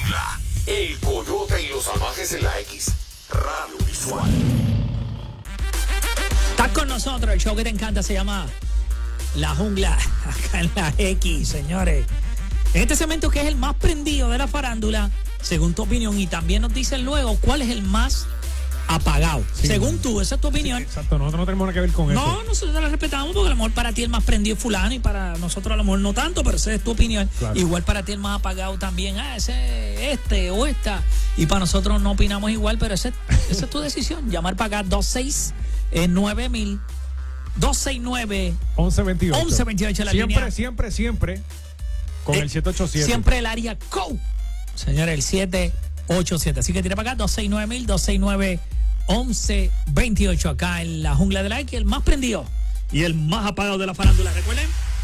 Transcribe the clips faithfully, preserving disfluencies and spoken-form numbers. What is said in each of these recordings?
Jungla, El Coyote y los Salvajes en la X, Radio Visual. Estás con nosotros, el show que te encanta se llama La Jungla, acá en la X, señores. En este segmento que es el más prendido de la farándula, según tu opinión, y también nos dicen luego cuál es el más apagado. Sí, según tú, esa es tu opinión. Sí, exacto, nosotros no tenemos nada que ver con no, eso. No, nosotros la respetamos porque a lo mejor para ti el más prendido es fulano y para nosotros a lo mejor no tanto, pero esa es tu opinión. Claro. Igual para ti el más apagado también, ah, ese, este o esta. Y para nosotros no opinamos igual, pero ese, esa es tu decisión. Llamar para acá dos seis nueve mil, dos seis nueve, once veintiocho. once veintiocho la siempre, línea. Siempre, siempre, siempre con eh, el siete ocho siete. Siempre el área code. Señores, el siete ocho siete. Así que tira para acá dos seis nueve mil, dos seis nueve, once veintiocho acá en la Jungla de la X, el más prendido y el más apagado de la farándula. Recuerden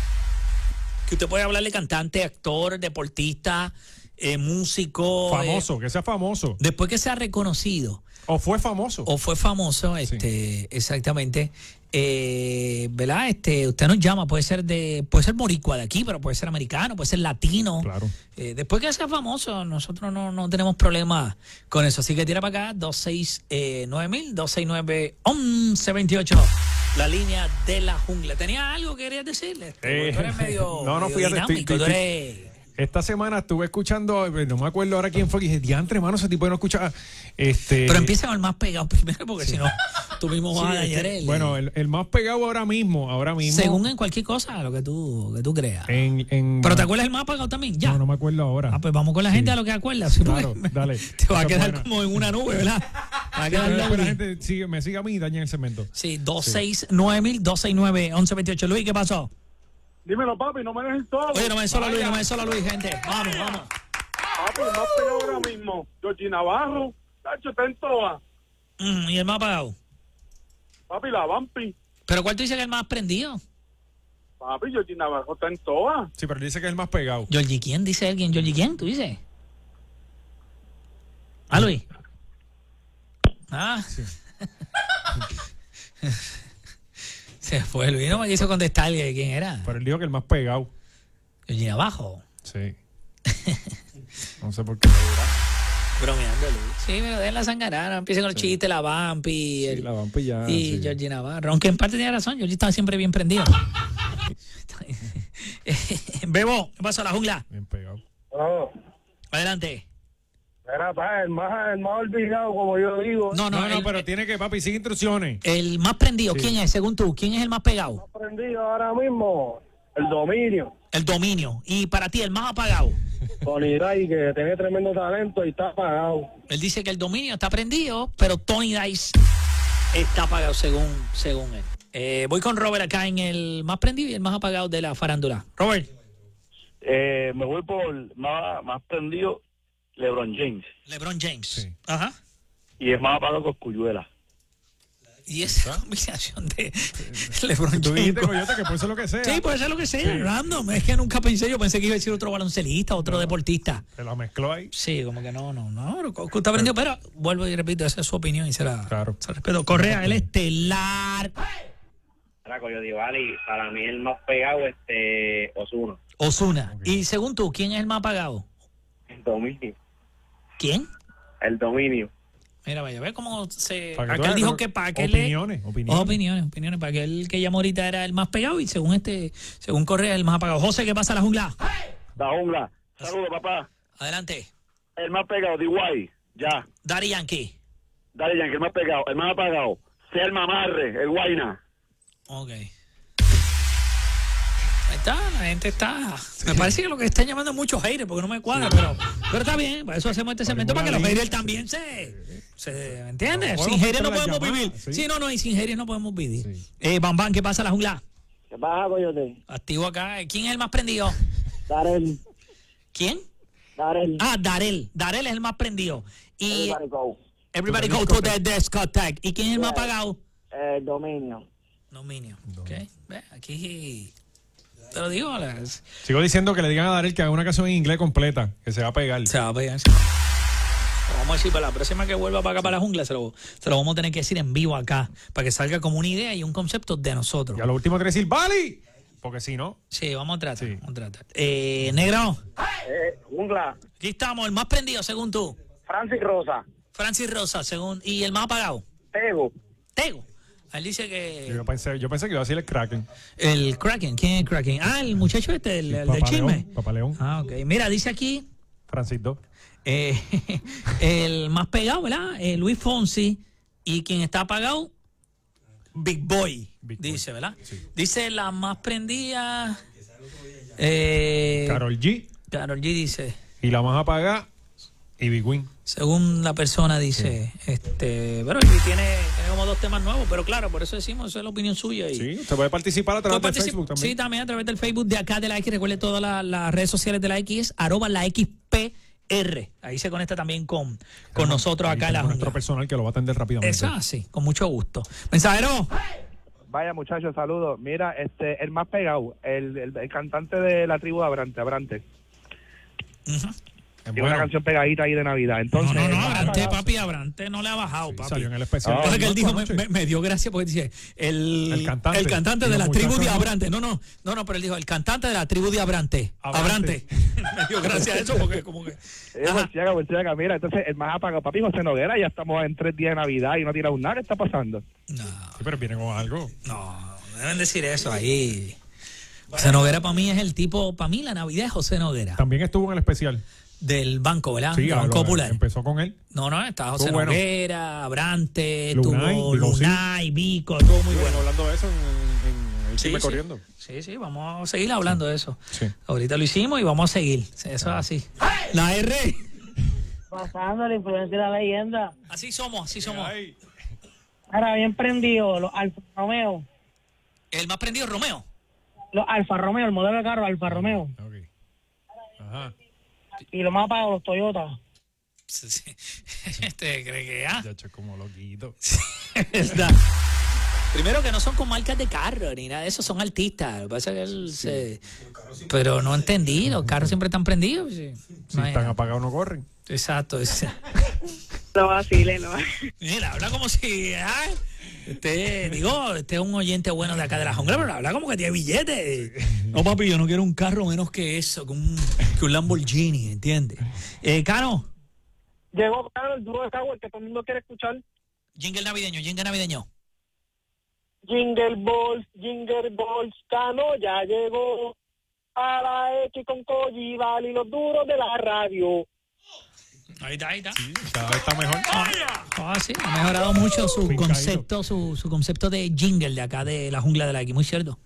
que usted puede hablarle cantante, actor, deportista, eh, músico. Famoso, eh, que sea famoso. Después que sea reconocido. O fue famoso. O fue famoso, este, sí. Exactamente. Eh, ¿Verdad? Este, usted nos llama, puede ser de, puede ser boricua de aquí, pero puede ser americano, puede ser latino. Claro. Eh, después que sea famoso, nosotros no, no tenemos problema con eso. Así que tira para acá, dos seis nueve mil, dos seis nueve, once veintiocho. La línea de la jungla. ¿Tenía algo que querías decirle? Eh, tú eres medio, no, no, medio fíjate, dinámico, estoy, tú estoy, eres... Esta semana estuve escuchando, no me acuerdo ahora quién fue, que dije, diantre, hermano, ese tipo no escucha. Este... Pero empieza con el más pegado primero, porque sí. si no, tú mismo vas sí, a dañar el. el. Bueno, el, el más pegado ahora mismo, ahora mismo. Según en cualquier cosa, lo que tú, que tú creas. En, en, Pero ¿te acuerdas el más pegado también? Ya. No, no me acuerdo ahora. Ah, pues vamos con la gente sí. a lo que acuerdas. ¿Sí? Claro, dale. Te va a quedar buena. Como en una nube, ¿verdad? Va a quedar sí, la gente sigue, me sigue a mí y daña el segmento. Sí, dos seis nueve mil, dos seis nueve, once veintiocho. Luis, ¿qué pasó? Dímelo, papi, no me dejes solo. Oye, no me dejes solo, Luis, no me dejes solo, Luis, gente. Vamos, vamos. Papi, el más pegado ahora mismo. Georgie Navarro, Tacho, está en toa. Mm, ¿Y el más apagado? Papi, la Vampi. ¿Pero cuál tú dices que es el más prendido? Papi, Georgie Navarro está en toa. Sí, pero dice que es el más pegado. ¿Georgie quién? Dice alguien. ¿Georgie quién? ¿Tú dices? ¿Ah, Luis? Ah. Sí. Se fue Luis, no me quiso contestar quién era. Pero él dijo que el más pegado. Georgie abajo. Sí. No sé por qué. Bromeando, Luis. Sí, pero den la sangarana, empiecen con el sí. chiste, la Vampi. Sí, el, la Vampi ya. Y sí. Georgie Navarro. Aunque en parte tenía razón, Georgie estaba siempre bien prendido. Bebo, ¿qué pasa? La jungla. Bien pegado. Oh. Adelante. Era pa, el más, el más olvidado, como yo digo. No, no, no, no el, pero tiene que, papi, sigue instrucciones. El más prendido, sí. ¿Quién es, según tú? ¿Quién es el más pegado? El más prendido ahora mismo, el dominio. El dominio. Y para ti, el más apagado. Tony Dice, que tiene tremendo talento y está apagado. Él dice que el dominio está prendido, pero Tony Dice está apagado, según, según él. Eh, voy con Robert acá en el más prendido y el más apagado de la farándula. Robert. Eh, me voy por más, más prendido, LeBron James. LeBron James. Sí. Ajá. Y es más apagado que Cosculluela. Y esa combinación de LeBron ¿Tú James. dijiste, Coyote, que puede ser lo que sea? Sí, puede ser lo que sea, sí. random. Es que nunca pensé, yo pensé que iba a decir otro baloncelista, otro no, deportista. Se la mezcló ahí. Sí, como que no, no, no. Coscu está prendido, pero vuelvo y repito, esa es su opinión y se la, claro. se la respeto. Correa, el estelar. Para Coyote Valley, para mí el más pegado, este, Ozuna. Ozuna. Okay. Y según tú, ¿quién es el más apagado? El dominio. ¿Quién? El dominio. Mira, vaya, ve cómo se... Para Aquel dijo que para aquel... Opiniones, opiniones. Opiniones, opiniones. Para aquel que llamó ahorita era el más pegado y según este, según Correa, el más apagado. José, ¿qué pasa, la jungla? La jungla. Saludos, papá. Adelante. El más pegado, D Y. Ya. Daddy Yankee. Daddy Yankee, el más pegado. El más apagado. Sea el mamarre, el guayna. Ok. Ahí está, la gente está... Sí. Me parece que lo que están llamando es muchos haters, porque no me cuadra, sí. pero, pero está bien, para eso hacemos este segmento, para que los haters también se... se ¿Me entiendes? No, sin haters no podemos llamadas, vivir. Sí. sí, no, no, y sin haters no podemos vivir. Sí. Eh, Bam Bam, ¿qué pasa, la jungla? ¿Qué pasa, Coyote? Activo acá. ¿Quién es el más prendido? Darel. ¿Quién? Darel. Ah, Darel. Darel es el más prendido. Y Everybody go. Everybody go to the discotheque. ¿Y quién es el más apagado? El eh, dominio. Dominio. Ok. Ve, aquí... Te lo digo. Las... Sigo diciendo que le digan a Darel que haga una canción en inglés completa, que se va a pegar. Se va a pegar. Lo vamos a decir para la próxima que vuelva para acá, para la jungla, se lo, se lo vamos a tener que decir en vivo acá, para que salga como una idea y un concepto de nosotros. Y a lo último tiene que decir, ¡Bali! Porque si no... Sí, vamos a tratar. Sí. Vamos a tratar. Eh, negro, Eh, Jungla, aquí estamos, el más prendido según tú. Francis Rosa, Francis Rosa, según. ¿Y el más apagado? Tego. Tego. Él dice que. Yo pensé, yo pensé que iba a decir el Kraken. El Kraken. ¿Quién es el Kraken? Ah, el muchacho este, el, Sí, el del Papá chisme. León, Papá León. Ah, ok. Mira, dice aquí. Francis dos. Eh, el más pegado, ¿verdad? Eh, Luis Fonsi. Y quien está apagado, Big Boy. Big Boy. dice, ¿verdad? Sí. Dice la más prendida. Eh, Karol G. Karol G dice. Y la más apagada, Ivy Queen. Según la persona dice, este, pero y tiene, tiene como dos temas nuevos, pero claro, por eso decimos, eso es la opinión suya. Y Sí, usted puede participar a través de Puede particip- Facebook también. Sí, también a través del Facebook de acá de la X. Recuerde todas la- las redes sociales de la X, arroba la X P R. Ahí se conecta también con, con nosotros Ahí acá en la tenemos nuestro jungla. personal que lo va a atender rápidamente. Eso así, con mucho gusto. Mensajero. Vaya muchachos, saludos. Mira, este, el más pegado, el, el, el cantante de la tribu de Abrante, Abrante. Ujú. Es Tiene bueno. una canción pegadita ahí de Navidad. No, Entonces, no, no, el más Abrante, apagado- papi, Abrante no le ha bajado, Sí, papi. salió en el especial. Ah, Entonces que él dijo, me, anoche. me- me dio gracia porque dice, el, El cantante. el cantante Y de los la tribu de muchachos, Abrante. No, no, no, no, pero él dijo, el cantante de la tribu de Abrante. Abrante. Abrante. me dio gracia eso porque como que... Eh, Ajá. Borciaga, Borciaga, mira, entonces el más apagado, papi José Noguera, ya estamos en tres días de Navidad y no ha tirado nada, ¿qué está pasando? No, Sí, pero viene con algo. no, no deben decir eso ahí. José Noguera para mí es el tipo, para mí la Navidad es José Noguera. También estuvo en el especial. Del Banco, ¿verdad? Sí, Del a Banco lo- Popular. empezó con él. No, no, está José Estuvo bueno. Noguera, Abrante, Lunay, tuvo Vico, sí. Lunay, Vico, estuvo muy bueno. hablando de eso en, en el Sí, chisme sí. corriendo. Sí, sí, vamos a seguir hablando de eso. Sí. Ahorita lo hicimos y vamos a seguir. Eso es así. La R. Pasando la influencia de la leyenda. Así somos, así somos. Ay, Ahora bien prendido, los Alfa Romeo. El más prendido, Romeo. Los Alfa Romeo, el modelo de carro Alfa Romeo. ok. Ajá. Y lo más apagado, los Toyota. Sí, sí. Este cree que ah. Ya hecho como loquito. Está. Primero que no son con marcas de carro ni nada de eso, son artistas. Lo que pasa es que él se... Pero no entendí, los carros siempre están prendidos. Sí. Si No hay- están apagados no corren. Exacto. es- No vacile, no. Mira, habla como si... ay, este, digo, este es un oyente bueno de acá de la jungla, pero habla como que tiene billetes. No, papi, yo no quiero un carro menos que eso, que un, que un Lamborghini, ¿entiendes? Eh, Cano, Llegó claro el duro de Cagua, el que todo el mundo quiere escuchar. jingle navideño, jingle navideño. Jingle Balls, Jingle Balls, Cano ya llegó a la X con Coyival y los duros de la radio. Ahí está, ahí está. Sí, cada vez está mejor. Ah, sí, ha mejorado mucho su Fincadito. concepto, su, su concepto de jingle de acá de la jungla de la X, muy cierto.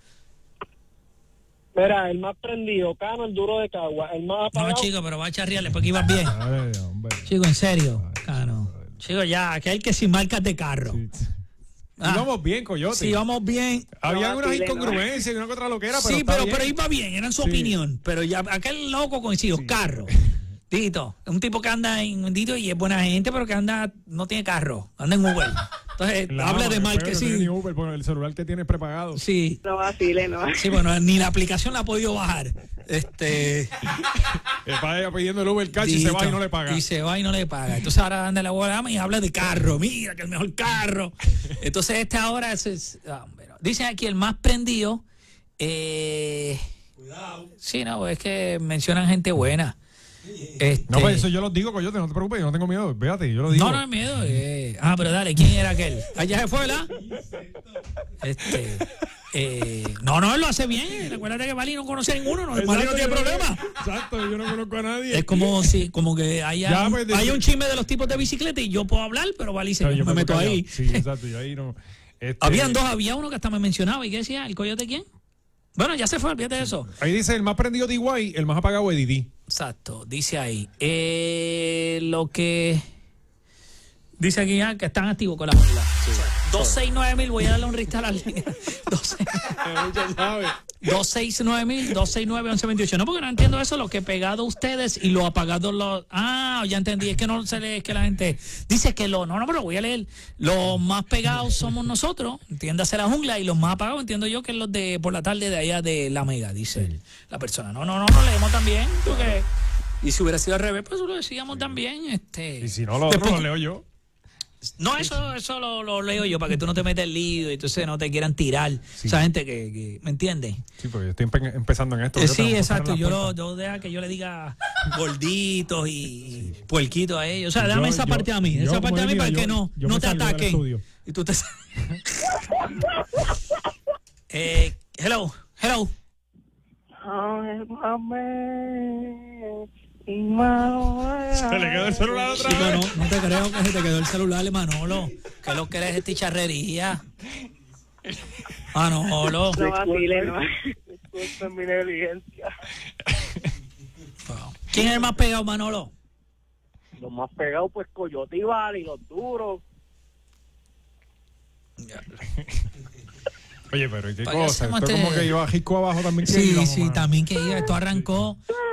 Mira, el más prendido, Cano, el duro de Cagua, el más No, apagado. chico, pero va a charrearle porque ibas bien. Ay, hombre. Chico, en serio, Cano. Chico, ya, aquel que sin marcas de carro. Sí. Ah, Íbamos bien, Coyote. sí, vamos bien. Había No, unas vacile, no. incongruencias y una que otra loquera, pero Sí, está pero, bien. pero iba bien, era su Sí. opinión. Pero ya aquel loco coincidió, carro. Tito, un tipo que anda en Tito y es buena gente, pero que anda, no tiene carro, anda en Uber. Entonces, La habla ama, de mal espero que no tiene sí. ni Uber, porque el celular que tiene prepagado. Sí, No vacile, no. sí, bueno, ni la aplicación la ha podido bajar. Este. El padre pidiendo el Uber cash y se va y Tito, no le paga. Y se va y no le paga. Entonces ahora anda en la guarama y habla de carro. Mira, que el mejor carro. Entonces este ahora es... es- ah, bueno. Dicen aquí el más prendido. Eh, Cuidado. Sí, no, es que mencionan gente buena. Este, No, pues eso yo lo digo, Coyote, no te preocupes, yo no tengo miedo. Véate, yo lo digo. no, no hay miedo. eh. Ah, pero dale, ¿quién era aquel? Allá se fue, ¿verdad? Este, eh, no, no, él lo hace bien. Recuérdate que Bali no conoce a ninguno. No, Bali no tiene yo problema. Exacto, yo no conozco a nadie. Es como si, como que haya, Ya, un, pues, de- haya un chisme de los tipos de bicicleta y yo puedo hablar, pero Bali se Pero yo me meto callado. ahí. Sí, exacto, yo ahí no. Este, Habían dos, había uno que hasta me mencionaba. ¿Y qué decía? ¿El coyote quién? Bueno, ya se fue, olvídate de eso. Ahí dice el más prendido D Y, el más apagado es Didi. Exacto, dice ahí. Eh, lo que dice aquí ya que están activos con la jungla. dos seis nueve mil, voy a darle un restart a la línea. dos seis nueve mil, dos seis nueve, once veintiocho. No, porque no entiendo eso, lo que pegado ustedes y lo apagado los... Ah, ya entendí, es que no se lee, es que la gente dice que lo... No, no, pero voy a leer. Los más pegados somos nosotros, entiéndase la jungla, y los más apagados entiendo yo que es los de por la tarde de allá de La Mega, dice la persona. No, no, no, lo leemos también, porque... Y si hubiera sido al revés, pues lo decíamos también. Este, Y si no, lo Después- otro lo leo yo. No, eso eso lo, lo leo yo para que tú no te metas el lío y entonces no te quieran tirar. Sí. Esa gente que, que ¿me entiendes? Sí, porque yo estoy empe- empezando en esto. Eh, yo sí, tengo que exacto. cerrar Yo la lo, puerta. yo deja que yo le diga gorditos y puerquitos a ellos. O sea, Yo- dame esa yo- parte a mí. yo, Esa como parte a mí diga, para yo- que no, yo no me te salgo del ataquen. estudio. Y tú te eh, hello, hello. Se le quedó el celular otra Chico, vez. no, no te creo que se te quedó el celular, Manolo. Que lo que eres es ticharrería. Manolo. No vacile, no. Disculpen mi negligencia. Wow. ¿Quién es el más pegado, Manolo? Los más pegados, pues Coyote y Bali, los duros. Oye, pero ¿qué ¿Para qué cosa? hacemos Esto este- como que iba a Jico abajo también. que Sí, íbamos, sí, mano. también que iba. Esto arrancó.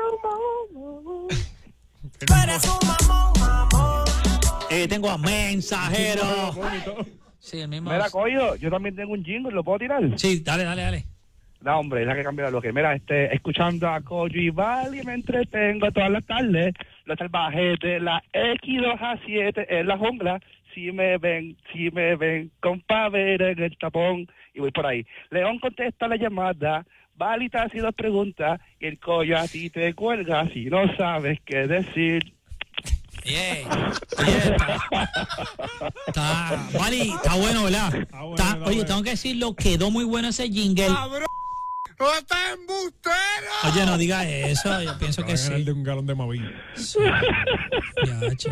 Eh, tengo a Mensajero. Sí, el mismo. Mira, Coyo, yo también tengo un jingle, ¿lo puedo tirar? Sí, dale, dale, dale. No, hombre, es la que cambia lo que. Mira, este, escuchando a Coyo y Bali me entretengo todas las tardes. Los salvajes de la X dos a siete en la jungla. Si me ven, si me ven, compa, ver en el tapón. Y voy por ahí. León contesta la llamada. Bali te hace dos preguntas. Y el Coyo a ti te cuelga si no sabes qué decir. Yeah. Oye, está, está, Vali, está bueno, ¿verdad? Está bueno, Está- está oye, bueno. tengo que decirlo, quedó muy bueno ese jingle. ¡No está embustero! Oye, no diga eso, yo pienso que Van a ganar sí. de un galón de Mavi. Diache.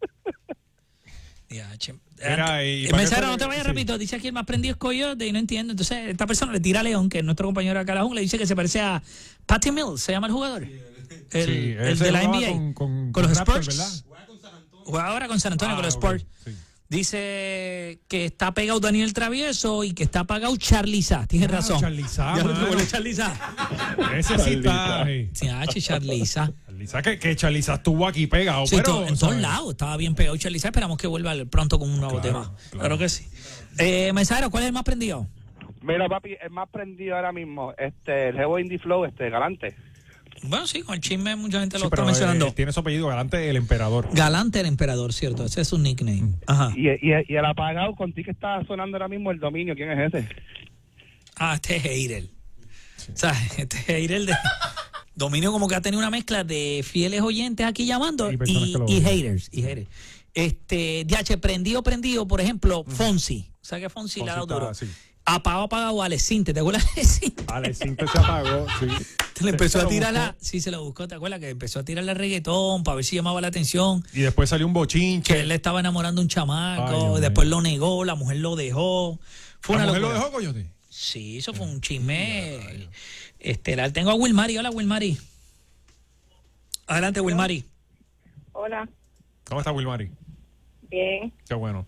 Diache. Mira, y El para mensajero, que- no te vayas sí. rapidito. Dice aquí el más prendido es Coyote y no entiendo. Entonces, esta persona le tira a León, que es nuestro compañero acá en la jungla, y dice que se parece a Patty Mills, se llama el jugador. El, Sí, el ese de la N jugaba B A. con- con- Con los con Raptors, Spurs. ¿verdad? Juega ahora con San Antonio, Ah, con los ok, Spurs. sí. Dice que está pegado Daniel Travieso y que está pagado Charliza. Tienes Ah, razón. Charliza, Ya lo mano. tuvo Charliza. Ese sí está. Sí. Sí, H, Charliza. Charliza, que, que Charliza estuvo aquí pegado. Sí, pero, to- en todos ¿sabes? lados estaba bien pegado Charliza. Esperamos que vuelva pronto con un nuevo Claro, tema. Claro. claro. que sí. Eh, mensajero, ¿cuál es el más prendido? Mira, papi, el más prendido ahora mismo, este, el Jevo Indie Flow, este, Galante. Bueno, sí, con el chisme mucha gente Sí, lo está pero mencionando. eh, tiene su apellido Galante, el emperador. Galante el emperador, ¿cierto? Ese es su nickname. Ajá. Y, y, y el apagado contigo que está sonando ahora mismo el dominio, ¿quién es ese? Ah, este es Heidel. O sea, este es Heidel de... Dominio como que ha tenido una mezcla de fieles oyentes aquí llamando Y y, personas que lo y odian. haters, y haters. Este, D H, prendido, prendido, por ejemplo, Fonsi. O sea que Fonsi le ha dado Fonsi duro. está, sí. Apagado, apagado, Alecinte. ¿Te acuerdas de Alecinte? Ale, cinco se apagó, sí. Le empezó Se a lo tirar la... buscó. Sí, se lo buscó, ¿te acuerdas? Que empezó a tirarle reggaetón para ver si llamaba la atención. Y después salió un bochinche. Que él le estaba enamorando a un chamaco, Ay, Dios y después mío. lo negó, la mujer lo dejó. Fue ¿La una mujer lo locura. dejó, Coyote? Sí, eso fue un chisme estelar. Tengo a Wilmari. Hola, Wilmari. Adelante, Wilmari. Hola, ¿Cómo está Wilmari? bien, Qué bueno.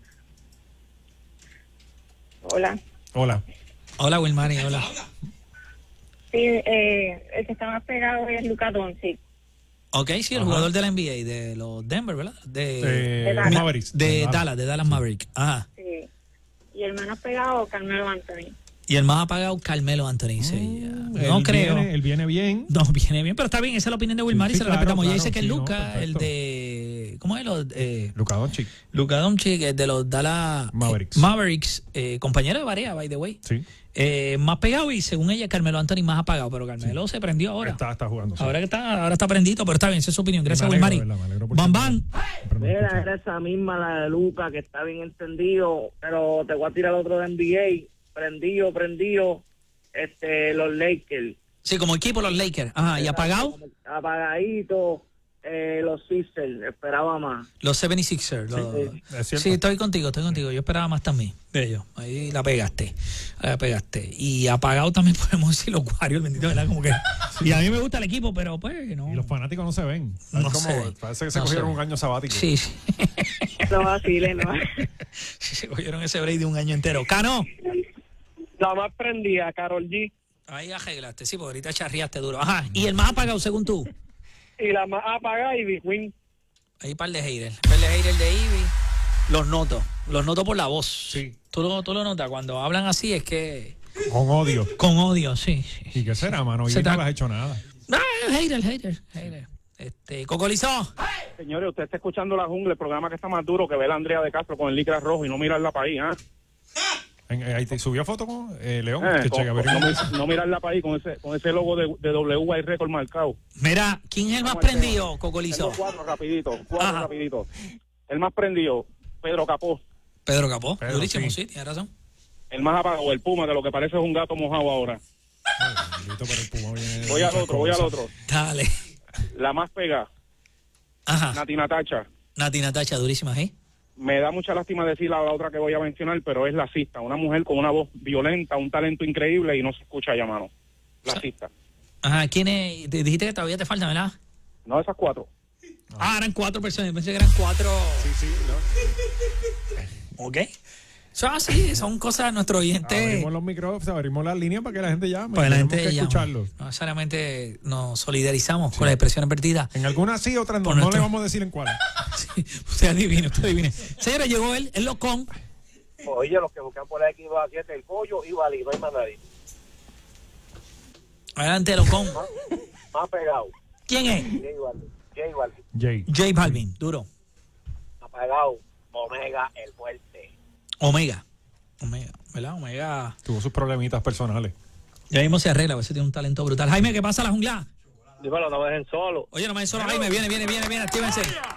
hola. Hola. Hola, Wilmari. Hola. Sí, eh, el que está más pegado es Luka Doncic. Ok, sí, el Ajá. jugador de la N B A, de los Denver, ¿verdad? De, Eh, de Dallas. Mavericks. de Dallas, de Dallas Maverick. Ajá. Sí. Y el menos pegado, Carmelo Anthony. Y el más apagado, Carmelo Anthony. Sí, ya. Mm, no él creo. Viene, él viene bien. No, viene bien, pero está bien. Esa es la opinión de Wilmari. Sí, se sí, la claro, respetamos. Ya claro, dice que es sí, no, Luca, el perfecto. de. ¿Cómo es? Los, eh, Luka Doncic. Luka Doncic, el de los Dallas Mavericks. eh, Mavericks, eh, compañero de Varea, by the way. Sí. Eh, más pegado y según ella, Carmelo Anthony más apagado. Pero Carmelo se prendió ahora. Está, está jugando. sí. Ahora que está, ahora está prendito, pero está bien, esa es su opinión. Gracias, Me alegro, Wilmari. ¿verdad? Me alegro por Bam, ti. bam. Pero no Mira, escucho. era esa misma la de Luca que está bien entendido, pero te voy a tirar otro de N B A, prendido, prendido, este, los Lakers. Sí, como equipo los Lakers. Ajá, y apagado, Apagadito, eh, los Sixers, esperaba más. los setenta y sixers. los- Es cierto. Sí, estoy contigo, estoy contigo. Yo esperaba más también de ellos. Ahí la pegaste. Ahí la pegaste. Y apagado también podemos decir los Warriors, bendito, ¿verdad? Como que. Y a mí me gusta el equipo, pero pues no. Y los fanáticos no se ven. No Es como- se- Parece que se no cogieron se- un año sabático. Sí, sí. No vacile, no. Sí, se cogieron ese break de un año entero. Cano. La más prendida, Karol G. Ahí arreglaste, sí, porque ahorita charriaste duro. Ajá. Y el más apagado, según tú. Y la más apagada, Ivy Queen. Ahí par de haters. Par de haters de Ivy. Los noto. Los noto por la voz. Sí. Tú lo, tú lo notas. Cuando hablan así es que. Con odio. Con odio, sí. sí. ¿Y qué será, mano? Y Se no tra- le has hecho nada. Ah, hater, hater, hater. Este, Cocolizó. Señores, usted está escuchando La Jungla, el programa que está más duro que ver a Andrea de Castro con el licra rojo y no mirarla para ahí, ¿ah? En- Ahí te subió foto con eh, León. Eh, que con- cheque, a ver, no, mi- no mirarla para ahí con ese, con ese logo de, de W I Record marcado. Mira, ¿quién es el más Vamos al prendido, tema. Cocolizó? Tengo cuatro rapidito, cuatro Ajá. rapidito. El más prendido, Pedro Capó. Pedro Capó. Pedro, Durísimo, sí. sí, tienes razón. El más apagado, el Puma, que lo que parece es un gato mojado ahora. Ay, bendito, pero el Puma viene- Voy al otro, voy al otro. Dale. La más pega, Ajá. Nati Natacha. Nati Natacha, durísima, ¿eh? Me da mucha lástima decir la, la otra que voy a mencionar, pero es la cista. Una mujer con una voz violenta, un talento increíble y no se escucha ya, mano. La cista. Ajá, ¿quién es? Te dijiste que todavía te falta, ¿verdad? No, esas cuatro. Ah, eran cuatro personas. Yo pensé que eran cuatro. Sí, sí, ¿no? Ok. Son así, son cosas de nuestro oyente. Abrimos los micrófonos, abrimos las líneas para que la gente llame. Pues la Tenemos gente que llama. escucharlo. No necesariamente nos solidarizamos con las expresiones vertidas. En algunas sí, otras no. Por No nuestro- le vamos a decir en cuál. Sí, usted adivine, usted adivine. Señora, llegó él, el locón. Oye, los que buscan por aquí dos a siete, el pollo y Bali, no hay más nadie. Adelante, locón. Más, más pegado. ¿Quién es? J Balvin. J Balvin. Jay. J Balvin, duro. Apagado. Omega, el fuerte. Omega. Omega, ¿verdad? Omega. Tuvo sus problemitas personales. Ya mismo se arregla, a veces tiene un talento brutal. Jaime, ¿qué pasa la jungla? Dímelo, no me dejen solo. Oye, no me den solo, Jaime. Viene, viene, viene, viene, actívense.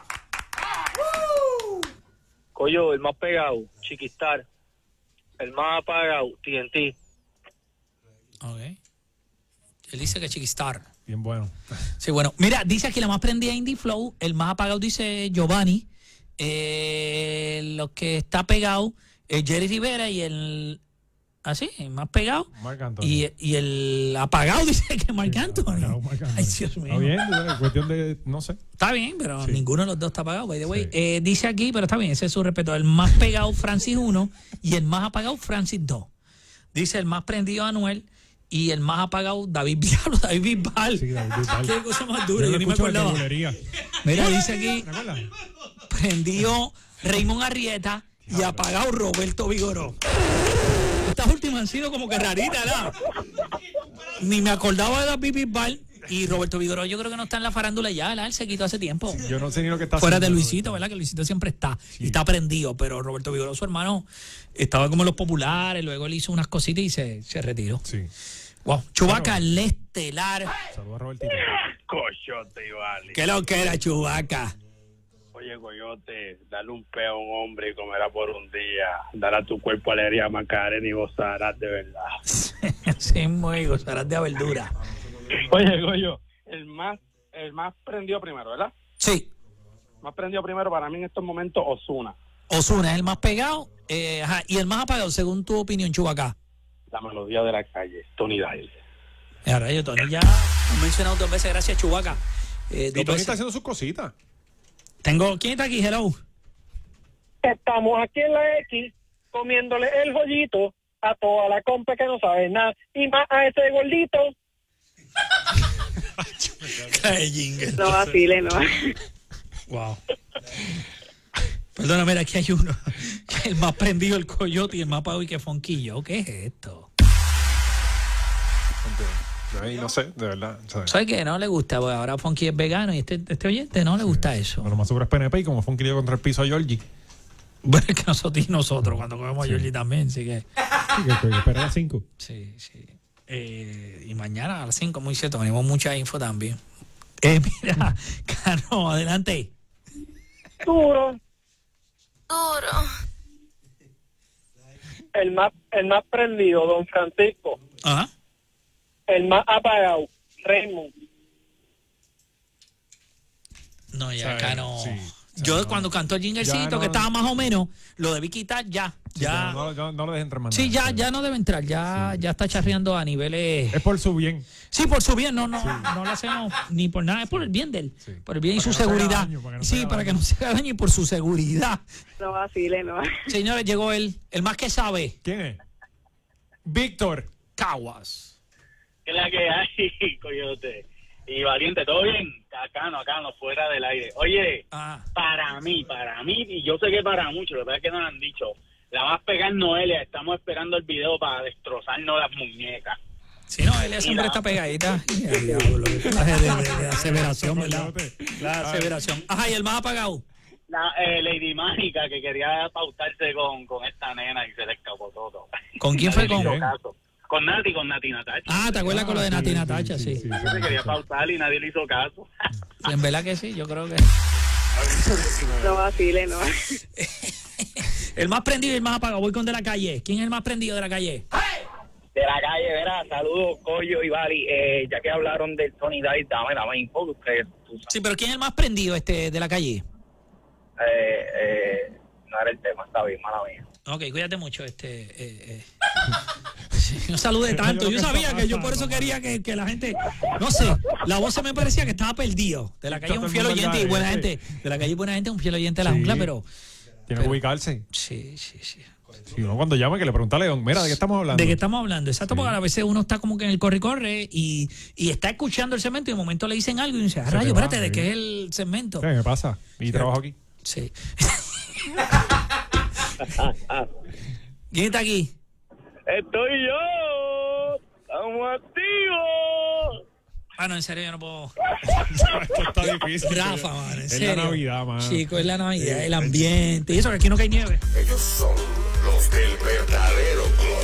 Coyo, el más pegado, Chiquistar. El más apagado, T N T. Ok. Él dice que Chiquistar. Bien bueno. Sí, bueno. Mira, dice aquí la más prendida Indie Flow. El más apagado dice Giovanni. Eh, lo que está pegado es Jerry Rivera y el... Así, el más pegado. Marc Anthony. Y, y el apagado dice que Marc Anthony. Apagado, Marc Anthony. Ay, Dios mío. Está bien, es cuestión de, no sé. Está bien, pero Sí. ninguno de los dos está apagado, by the way. Sí. Eh, dice aquí, pero está bien, ese es su respeto. El más pegado Francis uno y el más apagado Francis dos. Dice el más prendido Anuel y el más apagado David Diablo, David Bisbal. Sí, David Bisbal. Qué cosa más dura, Yo yo, lo ni me escucho de acordaba. cabulería. Mira, dice aquí, ¿Te acuerdas? prendió Raymond Arrieta y apagado Roberto Vigoró. Estas últimas han sido como que raritas, ¿verdad? Ni me acordaba de David Bisbal y Roberto Vigoró. Yo creo que no está en la farándula ya, ¿verdad? Él se quitó hace tiempo. Yo no sé ni lo que está Fuera de haciendo, Luisito, ¿verdad? Que Luisito siempre está y está prendido, pero Roberto Vigoró, su hermano, estaba como en los populares, luego él hizo unas cositas y se, se retiró. Sí. Wow. Chubaca, el estelar. Saludos a Robertito. Coyote, vale. ¿Qué lo que era, Chubaca? Oye, Coyote, dale un peo a un hombre y comerá por un día. Dará tu cuerpo alegría, Macarena, y gozarás de verdad. Sí, muy gozarás de verdura. Oye, Goyo, el más, el más prendido primero, ¿verdad? Sí. Más prendido primero para mí en estos momentos, Ozuna. Ozuna es el más pegado eh, ajá, y el más apagado, según tu opinión, Chubaca. La melodía de la calle, Tony Dial. Ahora yo, Tony, ya he mencionado dos veces, gracias, Chubaca. Eh, Y dos Tony veces. está haciendo sus cositas. Tengo, ¿quién está aquí? Hello. Estamos aquí en la X comiéndole el joyito a toda la compa que no sabe nada y más a ese gordito. Cae jingle. No vacile, no. Wow. Perdona, mira, aquí hay uno. El más prendido, el coyote, y el más apagado y que fonquillo. ¿Qué es esto? Ahí no sé, de verdad. ¿Sabes? ¿Sabes qué? No le gusta, porque ahora Fonky es vegano y este, este oyente no le gusta eso. Bueno, más seguro es P N P y como fue un querido contra el piso a Georgie. Bueno, es que nosotros y nosotros cuando comemos a Georgie también, así que... Sí, que, que espera a las cinco. Sí, sí. Eh, y mañana a las cinco, muy cierto, venimos mucha info también. Eh, mira, Cano, adelante. Duro. Duro. El más, el más prendido, don Francisco. Ajá. El más apagado, Raymond. No, ya O sea, acá no. sí, o sea, Yo no. cuando cantó el jinglecito, Ya no- que estaba más o menos, lo debí quitar ya. Ya. No, no, no lo dejen entrar más Sí, nada. ya, ya no debe entrar, ya, ya está charreando a niveles. Es por su bien. Sí, por su bien, no, no, no lo hacemos ni por nada, es por el bien de él, Sí. por el bien y Para su que no se haga seguridad. daño, para que no se Sí, haga para que daño. no se haga daño y por su seguridad. No vacile, no. Señores, llegó él, el más que sabe, ¿Quién es? Víctor. Caguas. ¿Qué es la que hay, Coyote? Y Valiente, ¿todo bien? Acá no, acá no, fuera del aire. Oye, Ah, para mí, para mí, y yo sé que para muchos, lo que pasa es que no lo han dicho, la más pegada es Noelia, estamos esperando el video para destrozarnos las muñecas. Si no, Elia siempre está pegadita. Ay, diablo, qué clase de, de, de aseveración, ¿verdad? La aseveración. Ajá, ¿y el más apagado? La, eh, Lady Mágica, que quería pautarse con, con esta nena y se le escapó todo. ¿Con quién fue? Nadie le Con hizo caso. Con Nati, con Nati Natacha. Ah, ¿te acuerdas con lo de Nati Natacha? Sí. Sí, se quería pautar y nadie le hizo caso. En verdad que sí, yo creo que... No vacile, no. El más prendido y el más apagado. Voy con De La Calle. ¿Quién es el más prendido de La Calle? De La Calle, verá, saludos, Coyo y Bali. Eh, ya que hablaron del Tony Dice, dame, dame info. Ustedes, sí, pero ¿quién es el más prendido este de La Calle? Eh, eh, no era el tema, está bien, mala mía. Ok, cuídate mucho. este eh, eh. No salude tanto. Yo sabía que yo por eso quería que, que la gente... No sé, la voz se me parecía que estaba perdido. De La Calle es un fiel oyente y buena gente. De La Calle es buena gente, un fiel oyente de la jungla, pero... Tiene que ubicarse. Sí, sí, sí. Si uno cuando llama que le pregunta a León, mira, ¿de qué estamos hablando? ¿De qué estamos hablando? Exacto, sí. Porque a veces uno está como que en el corre-corre y, y está escuchando el segmento y de momento le dicen algo y dice, ah, rayo, espérate, ¿de qué es el segmento? ¿Qué me pasa? ¿Y sí. trabajo aquí? Sí. ¿Quién está aquí? Estoy yo. Estamos activos. Ah, no, en serio, yo no puedo. Esto está difícil. Rafa, man, en es serio. la Navidad, man. Chico, es la Navidad, el ambiente. Y eso que aquí no cae nieve. Ellos son los del verdadero club.